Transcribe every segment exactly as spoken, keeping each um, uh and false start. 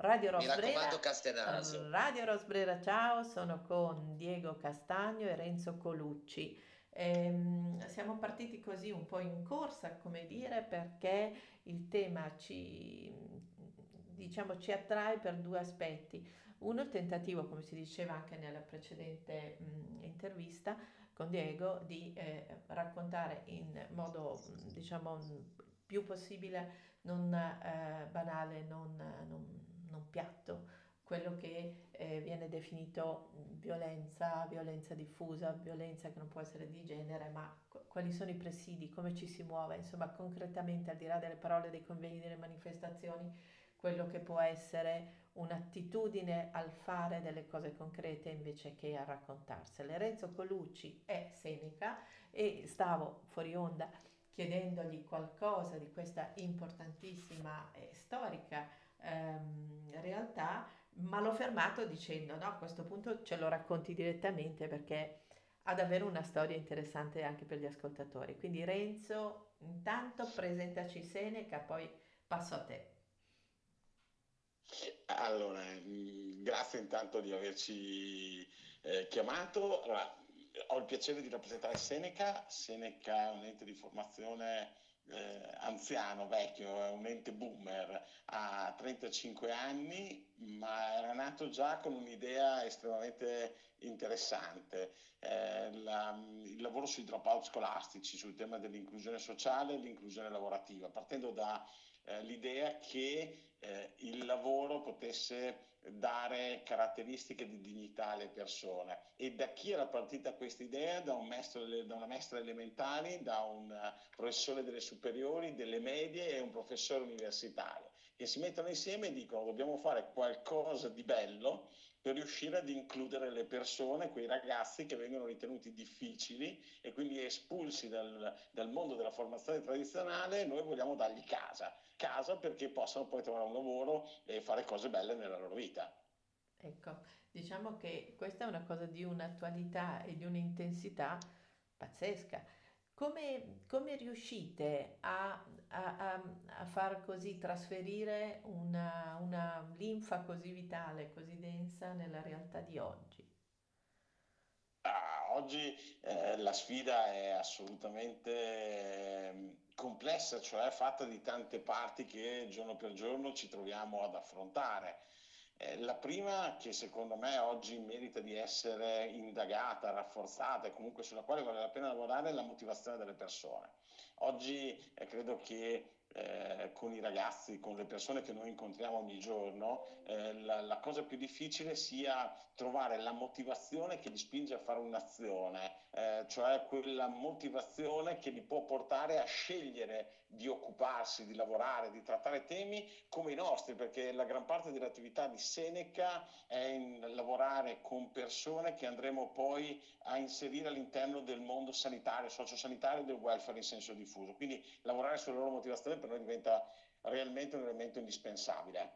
Radio Mi raccomando, Rosbrera, Castenaso. Radio Rosbrera, ciao, sono con Diego Castagno e Renzo Colucci. Ehm, siamo partiti così un po' in corsa, come dire, perché il tema ci, diciamo, ci attrae per due aspetti. Uno, il tentativo, come si diceva anche nella precedente mh, intervista con Diego, di eh, raccontare in modo, mh, diciamo, più possibile non eh, banale, non, non- non piatto, quello che eh, viene definito violenza, violenza diffusa, violenza che non può essere di genere, ma qu- quali sono i presidi, come ci si muove, insomma, concretamente, al di là delle parole, dei convegni, delle manifestazioni, quello che può essere un'attitudine al fare delle cose concrete invece che a raccontarsele. Renzo Colucci è Seneca e stavo fuori onda chiedendogli qualcosa di questa importantissima e storica ehm, realtà, ma l'ho fermato dicendo no, a questo punto ce lo racconti direttamente perché ha davvero una storia interessante anche per gli ascoltatori. Quindi Renzo, intanto presentaci Seneca, poi passo a te. Allora, mh, grazie intanto di averci eh, chiamato. Allora, ho il piacere di rappresentare Seneca. Seneca è un ente di formazione eh, anziano, vecchio, è un ente boomer, ha trentacinque anni, ma era nato già con un'idea estremamente interessante. Eh, la- il lavoro sui dropout scolastici, sul tema dell'inclusione sociale e l'inclusione lavorativa, partendo da eh, l'idea che eh, il lavoro potesse dare caratteristiche di dignità alle persone. E da chi era partita questa idea? Da, un maestro, da una maestra elementari, da un eh, professore delle superiori, delle medie e un professore universitario, che si mettono insieme e dicono dobbiamo fare qualcosa di bello per riuscire ad includere le persone, quei ragazzi che vengono ritenuti difficili e quindi espulsi dal, dal mondo della formazione tradizionale. Noi vogliamo dargli casa, casa perché possano poi trovare un lavoro e fare cose belle nella loro vita. Ecco, diciamo che questa è una cosa di un'attualità e di un'intensità pazzesca. Come, come riuscite a, a- a- a far così trasferire una, una linfa così vitale, così densa nella realtà di oggi? Ah, oggi eh, la sfida è assolutamente ehm, complessa, cioè fatta di tante parti che giorno per giorno ci troviamo ad affrontare. Eh, la prima, che secondo me oggi merita di essere indagata, rafforzata e comunque sulla quale vale la pena lavorare, è la motivazione delle persone. Oggi eh, credo che eh, con i ragazzi, con le persone che noi incontriamo ogni giorno, eh, la, la cosa più difficile sia trovare la motivazione che li spinge a fare un'azione, eh, cioè quella motivazione che li può portare a scegliere di occuparsi, di lavorare, di trattare temi come i nostri, perché la gran parte dell'attività di Seneca è in lavorare con persone che andremo poi a inserire all'interno del mondo sanitario, sociosanitario e del welfare in senso diffuso. Quindi lavorare sulla loro motivazione per noi diventa realmente un elemento indispensabile.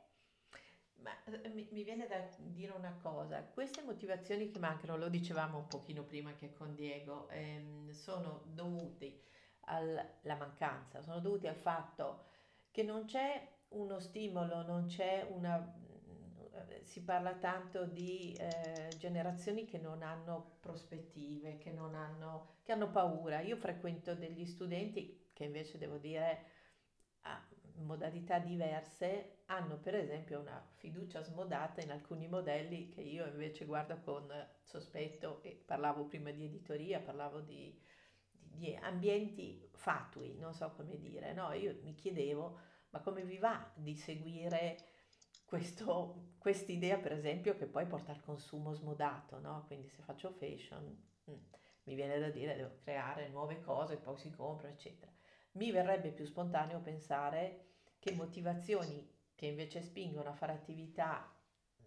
Ma eh, mi, mi viene da dire una cosa, queste motivazioni che mancano, lo dicevamo un pochino prima anche con Diego, ehm, sono dovuti alla mancanza, sono dovuti al fatto che non c'è uno stimolo, non c'è una... eh, si parla tanto di eh, generazioni che non hanno prospettive, che non hanno, che hanno paura. Io frequento degli studenti che invece devo dire a modalità diverse hanno per esempio una fiducia smodata in alcuni modelli che io invece guardo con sospetto e parlavo prima di editoria, parlavo di, di- di ambienti fatui, non so come dire, no? Io mi chiedevo ma come vi va di seguire questo, quest'idea per esempio che poi porta al consumo smodato, no? Quindi se faccio fashion, mm, mi viene da dire devo creare nuove cose, poi si comprano, eccetera. Mi verrebbe più spontaneo pensare che motivazioni che invece spingono a fare attività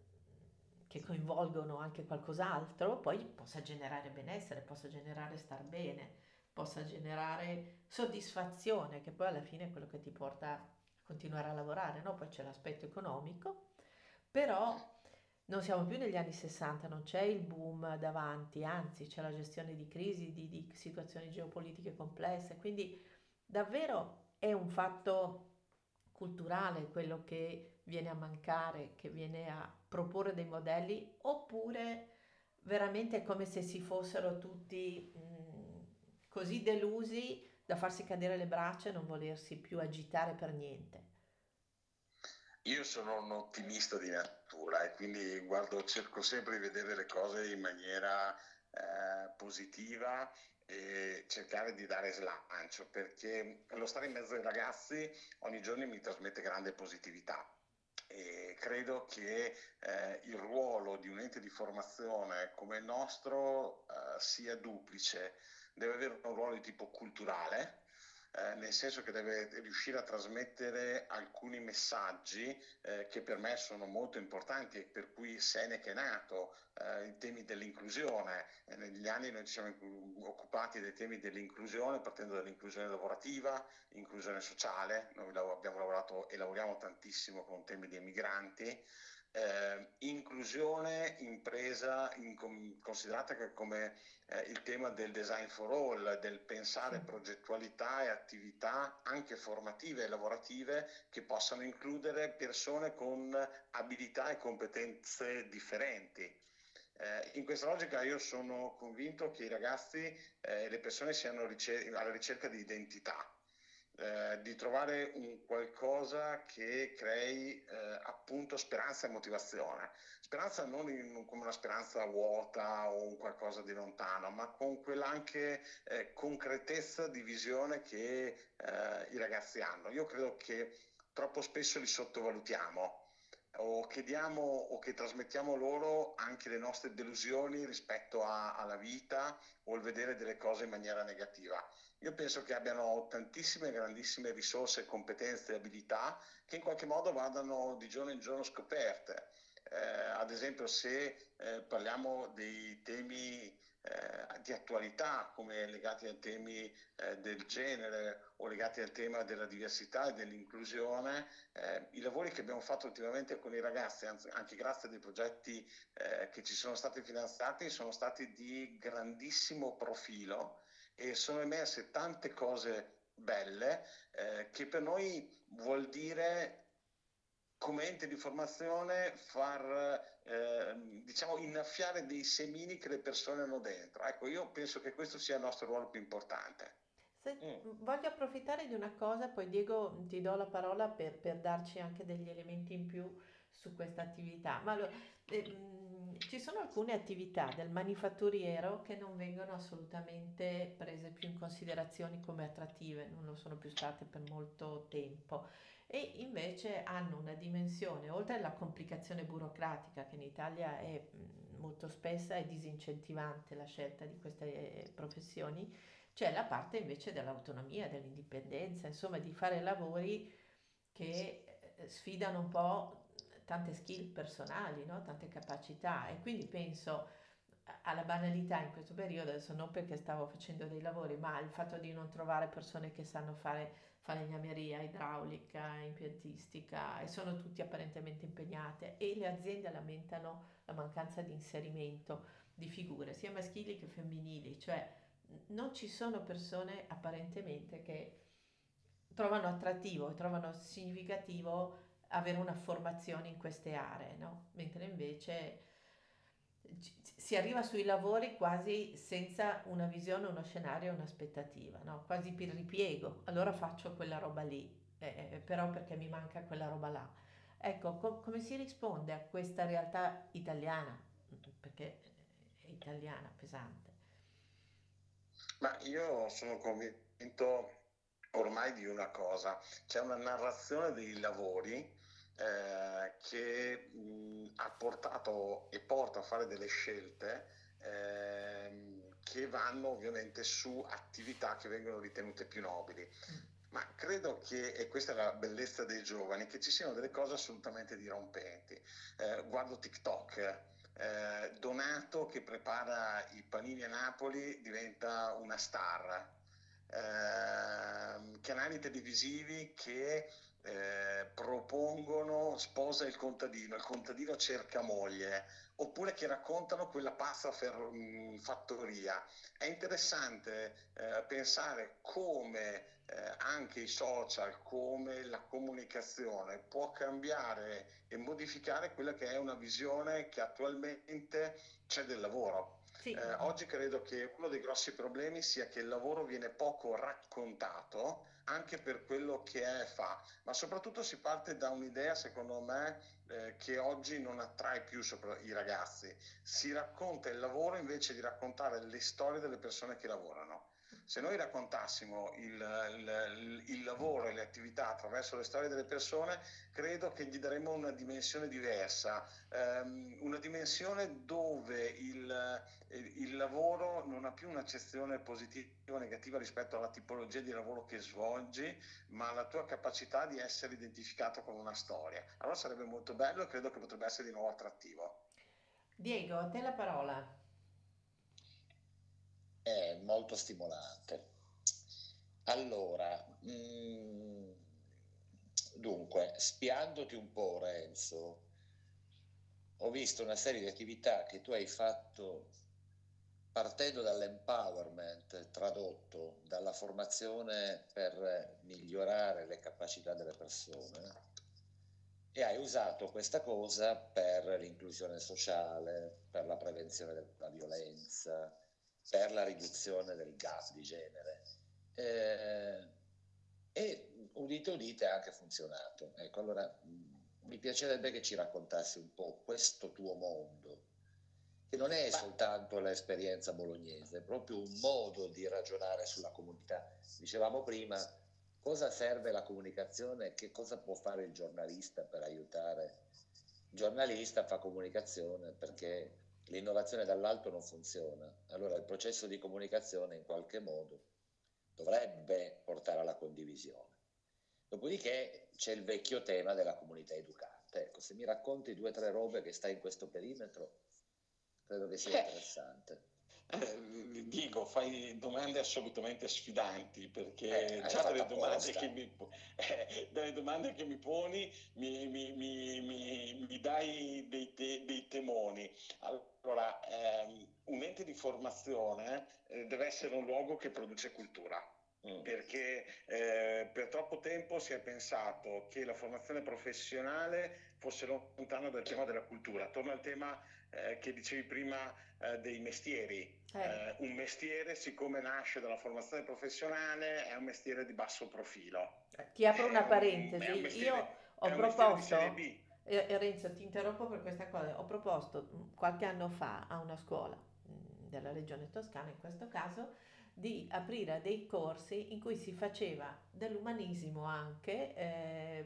che coinvolgono anche qualcos'altro, poi possa generare benessere, possa generare star bene, possa generare soddisfazione, che poi alla fine è quello che ti porta a continuare a lavorare, no? Poi c'è l'aspetto economico, però non siamo più negli anni sessanta, non c'è il boom davanti, anzi c'è la gestione di crisi, di, di situazioni geopolitiche complesse, quindi davvero è un fatto culturale quello che viene a mancare, che viene a proporre dei modelli, oppure veramente è come se si fossero tutti mh, così delusi da farsi cadere le braccia e non volersi più agitare per niente. Io sono un ottimista di natura e quindi guardo, cerco sempre di vedere le cose in maniera eh, positiva e cercare di dare slancio, perché lo stare in mezzo ai ragazzi ogni giorno mi trasmette grande positività. E credo che eh, il ruolo di un ente di formazione come il nostro eh, sia duplice. Deve avere un ruolo di tipo culturale, eh, nel senso che deve riuscire a trasmettere alcuni messaggi eh, che per me sono molto importanti e per cui Seneca è nato, eh, i temi dell'inclusione. Eh, negli anni noi ci siamo occupati dei temi dell'inclusione, partendo dall'inclusione lavorativa, inclusione sociale. Noi abbiamo lavorato e lavoriamo tantissimo con temi di emigranti. Eh, inclusione impresa in, considerata che come eh, il tema del design for all, del Sì. pensare progettualità e attività anche formative e lavorative che possano includere persone con abilità e competenze differenti. Eh, in questa logica io sono convinto che i ragazzi e eh, le persone siano ricer- alla ricerca di identità, eh, di trovare un qualcosa che crei eh, appunto speranza e motivazione. Speranza non in, come una speranza vuota o un qualcosa di lontano, ma con quell'anche eh, concretezza di visione che eh, i ragazzi hanno. Io credo che troppo spesso li sottovalutiamo o che diamo o che trasmettiamo loro anche le nostre delusioni rispetto a, alla vita o il vedere delle cose in maniera negativa. Io penso che abbiano tantissime grandissime risorse, competenze e abilità che in qualche modo vadano di giorno in giorno scoperte. Eh, ad esempio, se eh, parliamo dei temi eh, di attualità come legati ai temi eh, del genere o legati al tema della diversità e dell'inclusione, eh, i lavori che abbiamo fatto ultimamente con i ragazzi, anzi, anche grazie a dei progetti eh, che ci sono stati finanziati, sono stati di grandissimo profilo e sono emerse tante cose belle eh, che per noi vuol dire come ente di formazione far eh, diciamo innaffiare dei semini che le persone hanno dentro. Ecco, io penso che questo sia il nostro ruolo più importante. Se- Mm. Voglio approfittare di una cosa, poi Diego ti do la parola per, per darci anche degli elementi in più su questa attività. Ma allora, eh, mh, ci sono alcune attività del manifatturiero che non vengono assolutamente prese più in considerazione come attrattive, non lo sono più state per molto tempo. E invece hanno una dimensione, oltre alla complicazione burocratica che in Italia è mh, molto spessa e disincentivante la scelta di queste eh, professioni, c'è la parte invece dell'autonomia, dell'indipendenza, insomma di fare lavori che eh, sfidano un po' tante skill personali, no? Tante capacità e quindi penso alla banalità in questo periodo, adesso non perché stavo facendo dei lavori, ma il fatto di non trovare persone che sanno fare falegnameria, idraulica, impiantistica e sono tutti apparentemente impegnate e le aziende lamentano la mancanza di inserimento di figure sia maschili che femminili, cioè non ci sono persone apparentemente che trovano attrattivo e trovano significativo avere una formazione in queste aree, no? Mentre invece ci- si arriva sui lavori quasi senza una visione, uno scenario, un'aspettativa, no? Quasi per ripiego. Allora faccio quella roba lì, eh, eh, però perché mi manca quella roba là. Ecco, co- come si risponde a questa realtà italiana? Perché è italiana, pesante. Ma io sono convinto ormai di una cosa, c'è una narrazione dei lavori eh, che mh, ha portato e porta a fare delle scelte ehm, che vanno ovviamente su attività che vengono ritenute più nobili. Mm. Ma credo che, e questa è la bellezza dei giovani, che ci siano delle cose assolutamente dirompenti. Eh, guardo TikTok, eh, Donato che prepara i panini a Napoli diventa una star. Eh, canali televisivi che eh, propongono sposa il contadino, il contadino cerca moglie, oppure che raccontano quella pazza fer- mh, fattoria. È interessante eh, pensare come eh, anche i social, come la comunicazione può cambiare e modificare quella che è una visione che attualmente c'è del lavoro. Sì, Eh, oggi credo che uno dei grossi problemi sia che il lavoro viene poco raccontato anche per quello che è e fa, ma soprattutto si parte da un'idea, secondo me, eh, che oggi non attrae più sopra i ragazzi. Si racconta il lavoro invece di raccontare le storie delle persone che lavorano. Se noi raccontassimo il, il, il lavoro e le attività attraverso le storie delle persone, credo che gli daremmo una dimensione diversa, ehm, una dimensione dove il, il lavoro non ha più un'accezione positiva o negativa rispetto alla tipologia di lavoro che svolgi, ma alla tua capacità di essere identificato con una storia. Allora sarebbe molto bello e credo che potrebbe essere di nuovo attrattivo. Diego, a te la parola. È molto stimolante. Allora, mm, dunque, spiandoti un po', Renzo, ho visto una serie di attività che tu hai fatto partendo dall'empowerment, tradotto dalla formazione per migliorare le capacità delle persone, e hai usato questa cosa per l'inclusione sociale, per la prevenzione della violenza, per la riduzione del gap di genere. Eh, e udite udite ha anche funzionato. Ecco, allora mh, mi piacerebbe che ci raccontassi un po' questo tuo mondo, che non è Beh, soltanto l'esperienza bolognese, è proprio un modo di ragionare sulla comunità. Dicevamo prima, cosa serve la comunicazione, che cosa può fare il giornalista per aiutare. Il giornalista fa comunicazione perché l'innovazione dall'alto non funziona, allora il processo di comunicazione in qualche modo dovrebbe portare alla condivisione. Dopodiché c'è il vecchio tema della comunità educante. Ecco, se mi racconti due o tre robe che stai in questo perimetro, credo che sia interessante. Eh, Diego, fai domande assolutamente sfidanti Eh, perché hai già fatto dalle domande che apposta. mi, po- eh, dalle domande che mi poni mi, mi- mi- mi- mi dai dei, te- dei temoni. Allora, ehm, un ente di formazione eh, deve essere un luogo che produce cultura. Mm. Perché eh, per troppo tempo si è pensato che la formazione professionale fosse lontana dal tema della cultura. Torno al tema eh, che dicevi prima eh, dei mestieri. Eh, Eh, un mestiere, siccome nasce dalla formazione professionale, è un mestiere di basso profilo, Ti apro una è un, è un parentesi. Io mestiere, ho è un mestiere di serie proposto, B. e e Renzo, ti interrompo per questa cosa, ho proposto mh, qualche anno fa a una scuola mh, della regione Toscana, in questo caso, di aprire dei corsi in cui si faceva dell'umanesimo anche, eh,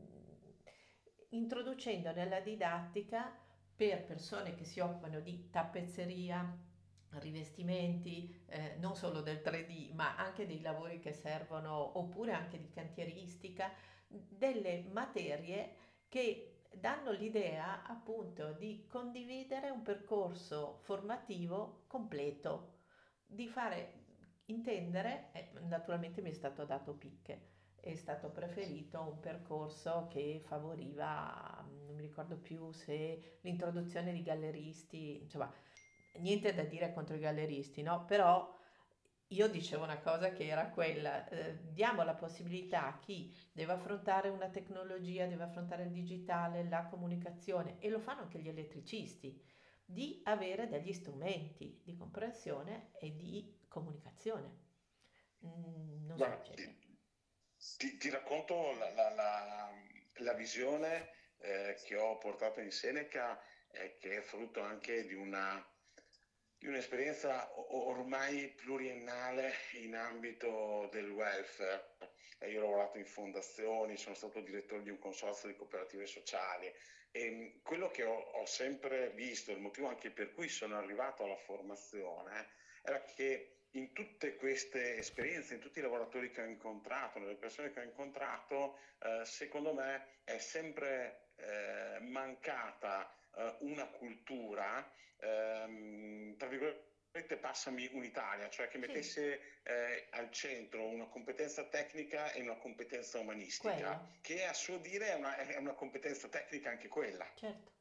mh, introducendo nella didattica per persone che si occupano di tappezzeria, rivestimenti, eh, non solo del tre D, ma anche dei lavori che servono, oppure anche di cantieristica, delle materie che danno l'idea appunto di condividere un percorso formativo completo, di fare intendere, eh, naturalmente mi è stato dato picche, è stato preferito un percorso che favoriva, non mi ricordo più se l'introduzione di galleristi, insomma, niente da dire contro i galleristi, no? Però io dicevo una cosa che era quella, eh, diamo la possibilità a chi deve affrontare una tecnologia, deve affrontare il digitale, la comunicazione, e lo fanno anche gli elettricisti, di avere degli strumenti di comprensione e di comunicazione. Mm, non Guarda, succede. ti, ti- ti racconto la, la- la- la visione eh, che ho portato in Seneca, eh, che è frutto anche di una di un'esperienza o- ormai pluriennale in ambito del welfare. Eh, Io ho lavorato in fondazioni, sono stato direttore di un consorzio di cooperative sociali e mh, quello che ho, ho sempre visto, il motivo anche per cui sono arrivato alla formazione, era che in tutte queste esperienze, in tutti i lavoratori che ho incontrato, nelle persone che ho incontrato, eh, secondo me è sempre eh, mancata eh, una cultura ehm, tra virgolette passami unitaria, cioè che Sì, mettesse eh, al centro una competenza tecnica e una competenza quella, umanistica, che a suo dire è una, è una competenza tecnica anche quella. certo.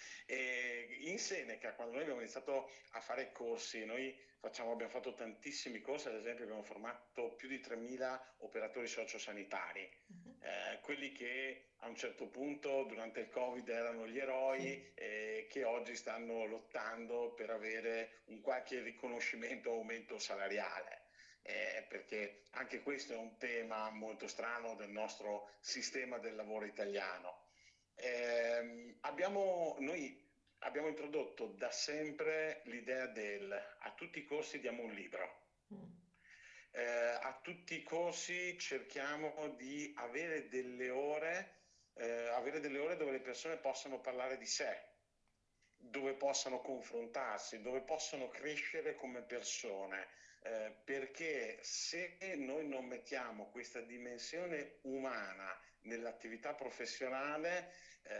E in Seneca, quando noi abbiamo iniziato a fare corsi, noi facciamo, abbiamo fatto tantissimi corsi, ad esempio abbiamo formato più di tremila operatori sociosanitari, Mhm. eh, quelli che a un certo punto durante il Covid erano gli Sì, eroi e che oggi stanno lottando per avere un qualche riconoscimento o aumento salariale. Eh, perché anche questo è un tema molto strano del nostro sistema del lavoro italiano. Eh, abbiamo, noi abbiamo introdotto da sempre l'idea del a tutti i corsi diamo un libro. mm, Eh, a tutti i corsi cerchiamo di avere delle ore, eh, avere delle ore dove le persone possano parlare di sé, dove possano confrontarsi, dove possono crescere come persone, eh, perché se noi non mettiamo questa dimensione umana nell'attività professionale,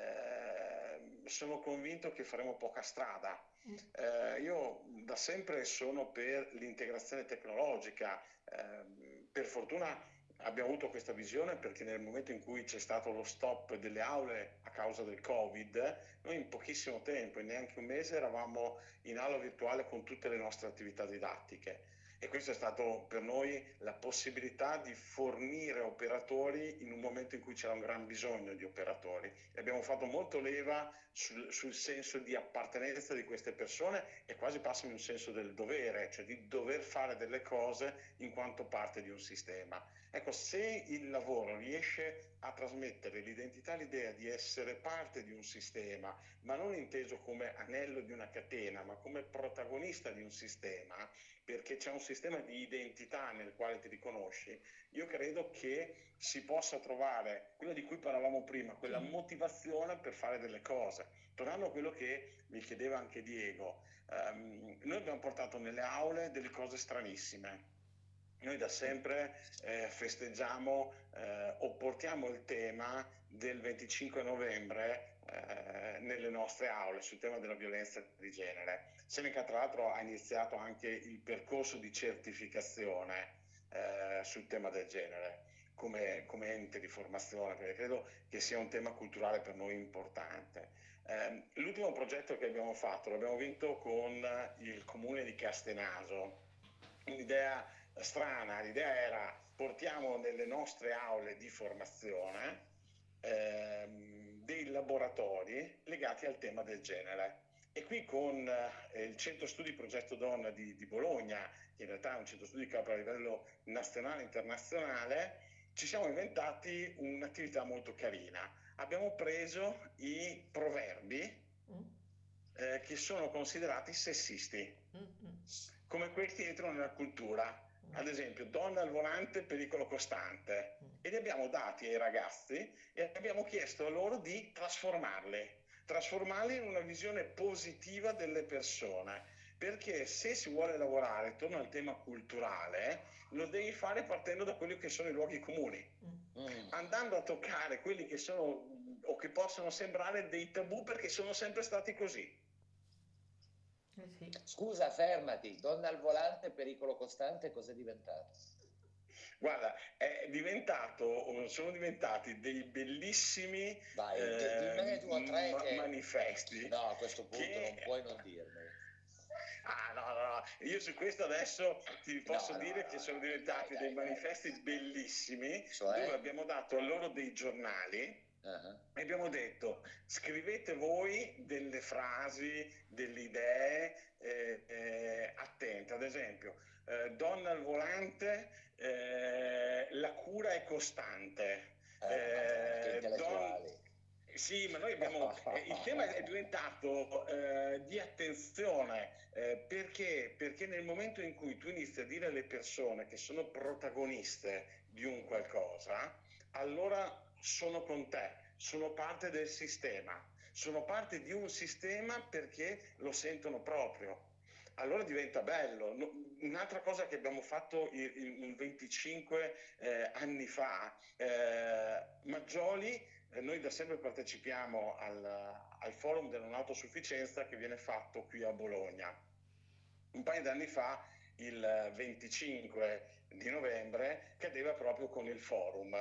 eh, sono convinto che faremo poca strada. mm, Eh, io da sempre sono per l'integrazione tecnologica, eh, per fortuna abbiamo avuto questa visione perché nel momento in cui c'è stato lo stop delle aule a causa del Covid, noi in pochissimo tempo, in neanche un mese, eravamo in aula virtuale con tutte le nostre attività didattiche. E questo è stato per noi la possibilità di fornire operatori in un momento in cui c'era un gran bisogno di operatori. E abbiamo fatto molto leva sul, sul senso di appartenenza di queste persone e quasi passami un senso del dovere, cioè di dover fare delle cose in quanto parte di un sistema. Ecco, se il lavoro riesce a trasmettere l'identità, l'idea di essere parte di un sistema, ma non inteso come anello di una catena, ma come protagonista di un sistema, perché c'è un sistema di identità nel quale ti riconosci, io credo che si possa trovare quello di cui parlavamo prima, quella sì. motivazione per fare delle cose. Tornando a quello che mi chiedeva anche Diego, ehm, noi abbiamo portato nelle aule delle cose stranissime. Noi da sempre eh, festeggiamo eh, o portiamo il tema del venticinque novembre eh, nelle nostre aule sul tema della violenza di genere. Seneca tra l'altro ha iniziato anche il percorso di certificazione eh, sul tema del genere come, come ente di formazione, perché credo che sia un tema culturale per noi importante. Eh, l'ultimo progetto che abbiamo fatto l'abbiamo vinto con il comune di Castenaso, un'idea strana, l'idea era portiamo nelle nostre aule di formazione ehm, dei laboratori legati al tema del genere. E qui con eh, il Centro Studi Progetto Donna di, di Bologna, che in realtà è un centro studi che opera a livello nazionale e internazionale, ci siamo inventati un'attività molto carina. Abbiamo preso i proverbi Mm, eh, che sono considerati sessisti, mm, mm, come questi entrano nella cultura. mm, Ad esempio, donna al volante, pericolo costante. mm. E li abbiamo dati ai ragazzi e abbiamo chiesto a loro di trasformarli, trasformarli in una visione positiva delle persone. Perché se si vuole lavorare attorno al tema culturale, lo devi fare partendo da quelli che sono i luoghi comuni, Mm. andando a toccare quelli che sono o che possono sembrare dei tabù perché sono sempre stati così. Eh sì. Scusa, fermati, donna al volante, pericolo costante, cos'è diventato? Guarda, è diventato, sono diventati dei bellissimi Vai, di- dimmene eh, due o tre ma- che... manifesti No, a questo punto non che... puoi non dirmeli. Ah, no, no, no, io su questo adesso ti No, posso no, dire no, che sono no, dai, diventati dei dai, dai. manifesti bellissimi dove Cioè? abbiamo dato a loro dei giornali Uh-huh. e abbiamo detto scrivete voi delle frasi, delle idee eh, eh, attente, ad esempio eh, donna al volante, eh, la cura è costante. Eh, Madonna, che Eh, don... intellettuali. Sì, ma noi abbiamo... Eh, il tema è diventato eh, di attenzione, eh, perché? Perché nel momento in cui tu inizi a dire alle persone che sono protagoniste di un qualcosa, allora sono con te, sono parte del sistema, sono parte di un sistema perché lo sentono proprio. Allora diventa bello. No, un'altra cosa che abbiamo fatto il, il venticinque eh, anni fa, eh, Maggioli, eh, noi da sempre partecipiamo al, al forum della non autosufficienza che viene fatto qui a Bologna. Un paio d'anni fa, il venticinque di novembre, cadeva proprio con il forum.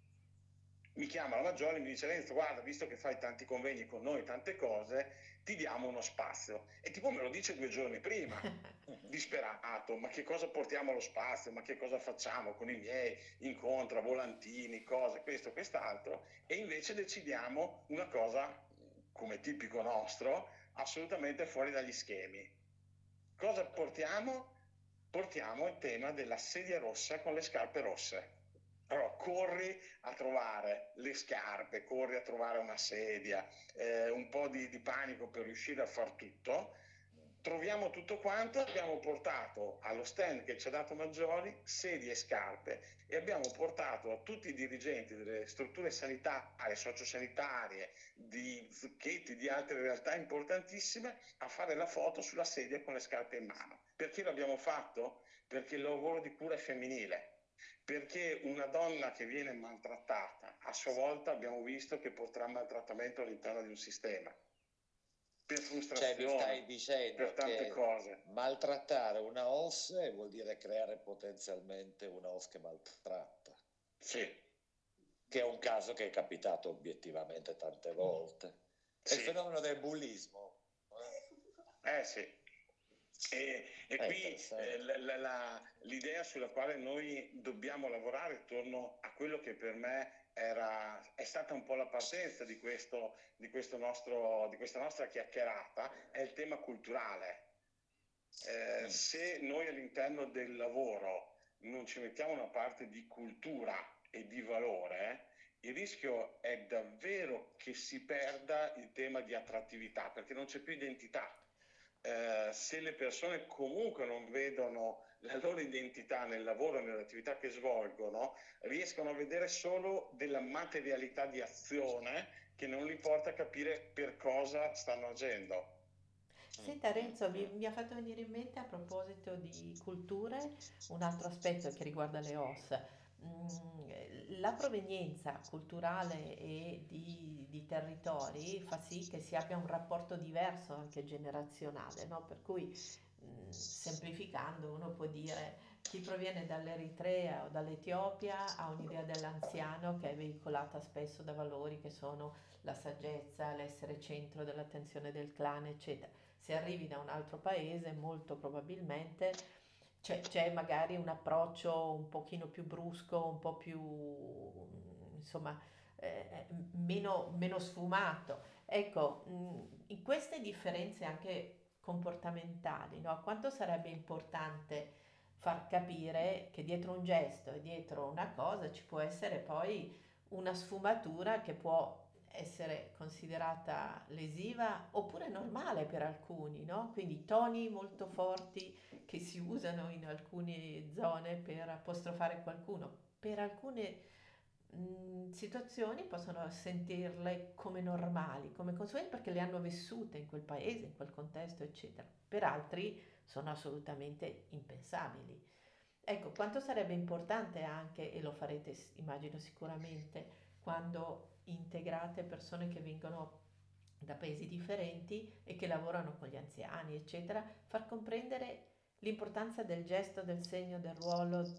Mi chiama la Maggiore e mi dice: Renzo, guarda, visto che fai tanti convegni con noi, tante cose, ti diamo uno spazio. E tipo me lo dice due giorni prima, disperato: ma che cosa portiamo allo spazio? Ma che cosa facciamo con i miei incontri, volantini, cose, questo, quest'altro? E invece decidiamo una cosa, come tipico nostro, assolutamente fuori dagli schemi. Cosa portiamo? Portiamo il tema della sedia rossa con le scarpe rosse. Allora, corri a trovare le scarpe, corri a trovare una sedia, eh, un po' di, di panico per riuscire a far tutto. Troviamo tutto quanto, abbiamo portato allo stand che ci ha dato Maggiori sedie e scarpe e abbiamo portato a tutti i dirigenti delle strutture sanitarie, sociosanitarie, di Zucchetti, di altre realtà importantissime a fare la foto sulla sedia con le scarpe in mano. Perché l'abbiamo fatto? Perché il lavoro di cura è femminile. Perché una donna che viene maltrattata, a sua volta abbiamo visto che porterà maltrattamento all'interno di un sistema, per Cioè, mi frustrazione, stai per dicendo tante che cose. maltrattare una O S vuol dire creare potenzialmente una O S che maltratta, Sì, che è un caso che è capitato obiettivamente tante volte. È il sì, fenomeno del bullismo. eh sì. E, e È qui eh, interessante. la- la- la- l'idea sulla quale noi dobbiamo lavorare, torno a quello che per me era, è stata un po' la partenza di, questo, di, questo nostro, di questa nostra chiacchierata, è il tema culturale. Eh, Mm. se noi all'interno del lavoro non ci mettiamo una parte di cultura e di valore, il rischio è davvero che si perda il tema di attrattività, perché non c'è più identità. Eh, se le persone comunque non vedono la loro identità nel lavoro e nell'attività che svolgono, riescono a vedere solo della materialità di azione che non li porta a capire per cosa stanno agendo. Senta Mm, Renzo, mm, mi, mm. mi ha fatto venire in mente a proposito di culture un altro aspetto che riguarda le O S. Mm, la provenienza culturale e di, di territori fa sì che si abbia un rapporto diverso anche generazionale, no? Per cui, mm, semplificando, uno può dire chi proviene dall'Eritrea o dall'Etiopia ha un'idea dell'anziano che è veicolata spesso da valori che sono la saggezza, l'essere centro dell'attenzione del clan, eccetera. Se arrivi da un altro paese, molto probabilmente c'è, c'è magari un approccio un pochino più brusco, un po' più, insomma, eh, meno, meno sfumato. Ecco, mh, in queste differenze anche comportamentali, no? Quanto sarebbe importante far capire che dietro un gesto e dietro una cosa ci può essere poi una sfumatura che può essere considerata lesiva oppure normale per alcuni, no? Quindi toni molto forti che si usano in alcune zone per apostrofare qualcuno. Per alcune mh, situazioni possono sentirle come normali, come consueti perché le hanno vissute in quel paese, in quel contesto, eccetera. Per altri sono assolutamente impensabili. Ecco, quanto sarebbe importante anche, e lo farete s- immagino sicuramente, quando integrate persone che vengono da paesi differenti e che lavorano con gli anziani, eccetera, far comprendere l'importanza del gesto, del segno, del ruolo,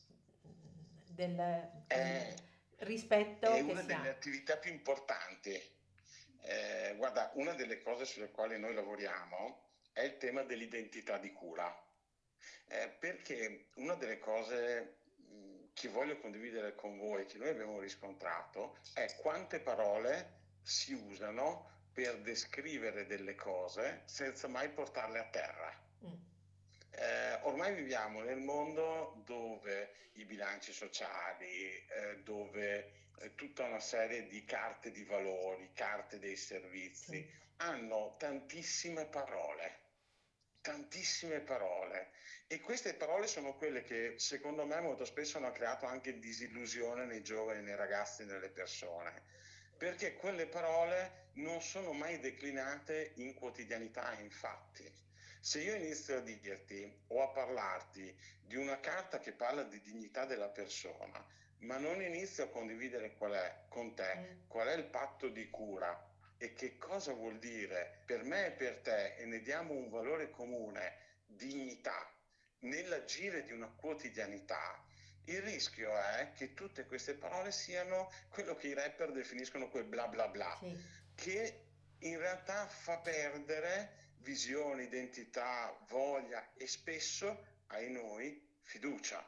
del, come È, dire, è rispetto che una si delle ha. attività più importanti. Eh, guarda, una delle cose sulle quali noi lavoriamo è il tema dell'identità di cura. Eh, perché una delle cose mh, che voglio condividere con voi, che noi abbiamo riscontrato, è quante parole si usano per descrivere delle cose senza mai portarle a terra. Mm, Eh, ormai viviamo nel mondo dove i bilanci sociali, eh, dove eh, tutta una serie di carte di valori, carte dei sì. servizi, hanno tantissime parole, tantissime parole. E queste parole sono quelle che secondo me molto spesso hanno creato anche disillusione nei giovani, nei ragazzi, nelle persone, perché quelle parole non sono mai declinate in quotidianità, infatti. Se io inizio a dirti o a parlarti di una carta che parla di dignità della persona, ma non inizio a condividere qual è con te, Mm, qual è il patto di cura e che cosa vuol dire per me e per te e ne diamo un valore comune dignità nell'agire di una quotidianità, il rischio è che tutte queste parole siano quello che i rapper definiscono quel bla bla bla, Sì, che in realtà fa perdere visione, identità, voglia e spesso, ai noi, fiducia.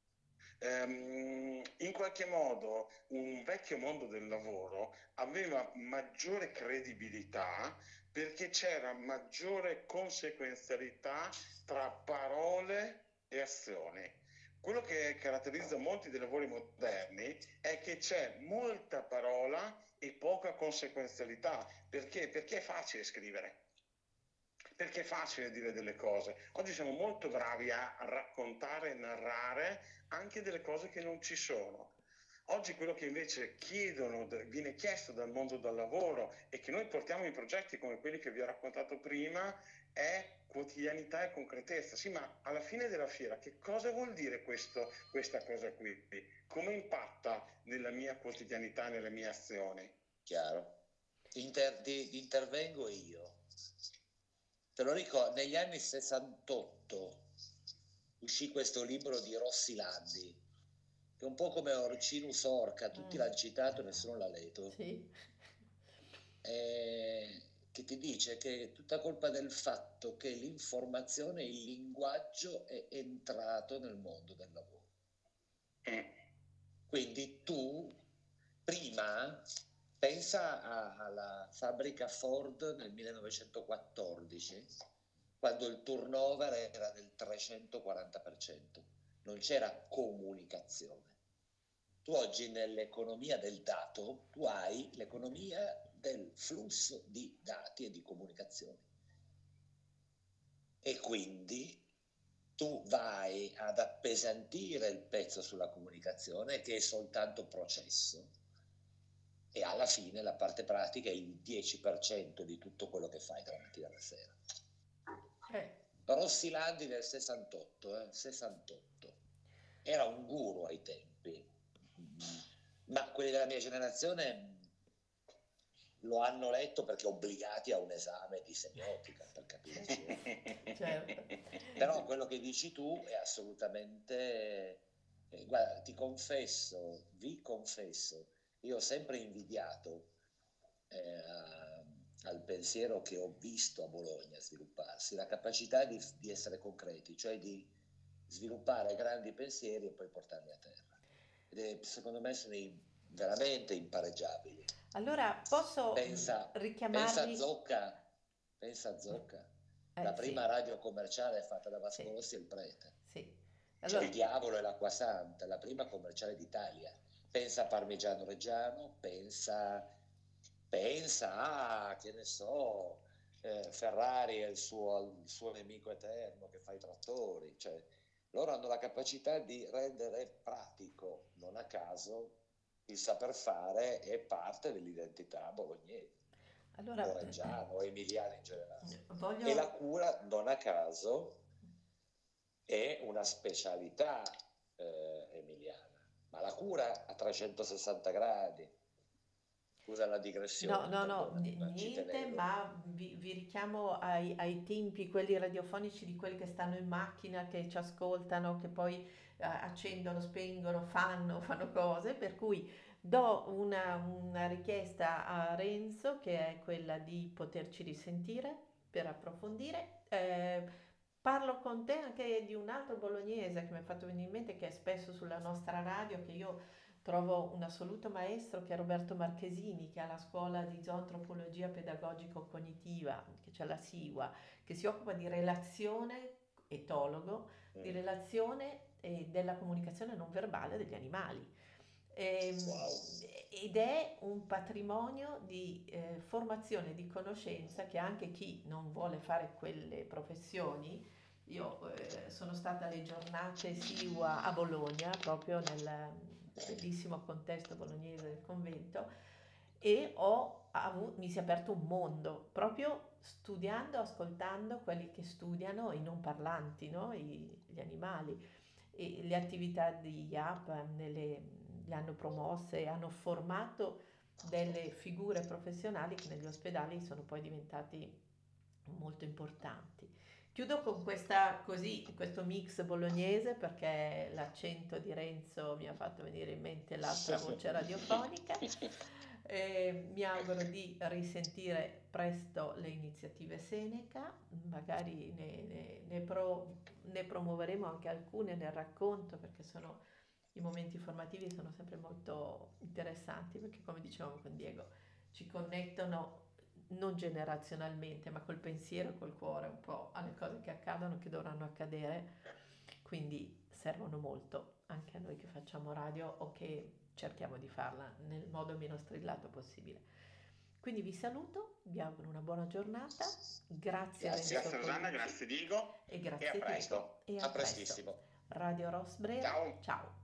Ehm, in qualche modo un vecchio mondo del lavoro aveva maggiore credibilità perché c'era maggiore conseguenzialità tra parole e azioni. Quello che caratterizza molti dei lavori moderni è che c'è molta parola e poca conseguenzialità. Perché? Perché è facile scrivere. Perché è facile dire delle cose. Oggi siamo molto bravi a raccontare e narrare anche delle cose che non ci sono. Oggi quello che invece chiedono, viene chiesto dal mondo del lavoro e che noi portiamo in progetti come quelli che vi ho raccontato prima è quotidianità e concretezza. Sì, ma alla fine della fiera che cosa vuol dire questo, questa cosa qui? Come impatta nella mia quotidianità, nelle mie azioni? Chiaro. Inter- di- intervengo io. Te lo ricordo, negli anni sessantotto uscì questo libro di Rossi Landi, che è un po' come Orcinus Orca, tutti mm, l'hanno citato, nessuno l'ha letto, sì, eh, che ti dice che è tutta colpa del fatto che l'informazione, il linguaggio è entrato nel mondo del lavoro. Mm. Quindi tu prima pensa a- alla fabbrica Ford nel millenovecentoquattordici, quando il turnover era del trecentoquaranta per cento, non c'era comunicazione. Tu oggi nell'economia del dato, tu hai l'economia del flusso di dati e di comunicazioni. E quindi tu vai ad appesantire il pezzo sulla comunicazione, che è soltanto processo, e alla fine la parte pratica è il dieci per cento di tutto quello che fai dalla mattina alla sera. eh, Rossi Landi nel sessantotto, eh, sessantotto, era un guru ai tempi, ma quelli della mia generazione lo hanno letto perché obbligati a un esame di semiotica, per capirci. certo. Però quello che dici tu è assolutamente... eh, guarda, ti confesso, vi confesso, io ho sempre invidiato eh, al pensiero che ho visto a Bologna svilupparsi, la capacità di, di essere concreti, cioè di sviluppare grandi pensieri e poi portarli a terra. Ed è, secondo me sono i- veramente impareggiabili. Allora posso mm, Pensa, pensa a richiamarli? Zocca, pensa a Zocca, Eh la prima sì, radio commerciale fatta da sì, Vasco Rossi e il Prete. sì. Cioè il Allora, diavolo e l'acqua santa, la prima commerciale d'Italia. Pensa a Parmigiano Reggiano, pensa, pensa a, che ne so, eh, Ferrari e il suo, il suo nemico eterno che fa i trattori. Cioè, loro hanno la capacità di rendere pratico, non a caso, il saper fare è parte dell'identità bolognese, allora o reggiano, o emiliana in generale. E la voglio... cura, non a caso, è una specialità eh, emiliana, ma la cura a trecentosessanta gradi. Scusa la No, digressione, no, no, perdonami, n- ma ci niente, tenevo. ma vi, vi richiamo ai, ai tempi, quelli radiofonici di quelli che stanno in macchina, che ci ascoltano, che poi eh, accendono, spengono, fanno, fanno cose, per cui do una, una richiesta a Renzo, che è quella di poterci risentire per approfondire. Eh, parlo con te anche di un altro bolognese che mi ha fatto venire in mente, che è spesso sulla nostra radio, che io trovo un assoluto maestro, che è Roberto Marchesini, che ha la scuola di zoantropologia pedagogico-cognitiva, che c'è la SIWA, che si occupa di relazione, etologo, di Mm. relazione e della comunicazione non verbale degli animali. Ehm, Wow. Ed è un patrimonio di eh, formazione, di conoscenza, che anche chi non vuole fare quelle professioni. Io eh, sono stata alle giornate SIWA a Bologna, proprio nel bellissimo contesto bolognese del convento, e ho avu- mi si è aperto un mondo, proprio studiando, ascoltando quelli che studiano i non parlanti, no? I- gli animali. E le attività di I A P nelle- le hanno promosse e hanno formato delle figure professionali che negli ospedali sono poi diventati molto importanti. Chiudo con questa, così, questo mix bolognese perché l'accento di Renzo mi ha fatto venire in mente l'altra voce radiofonica. E mi auguro di risentire presto le iniziative Seneca, magari ne, ne- ne pro- ne promuoveremo anche alcune nel racconto perché sono, i momenti formativi sono sempre molto interessanti perché come dicevamo con Diego ci connettono non generazionalmente, ma col pensiero e col cuore un po' alle cose che accadono, che dovranno accadere, quindi servono molto anche a noi che facciamo radio o che cerchiamo di farla nel modo meno strillato possibile. Quindi vi saluto, vi auguro una buona giornata, grazie Grazie. Renzo Grazie Rosanna, Colucci grazie Diego e E a grazie Diego presto. e a A presto. prestissimo. Radio Rosbrera, ciao. ciao!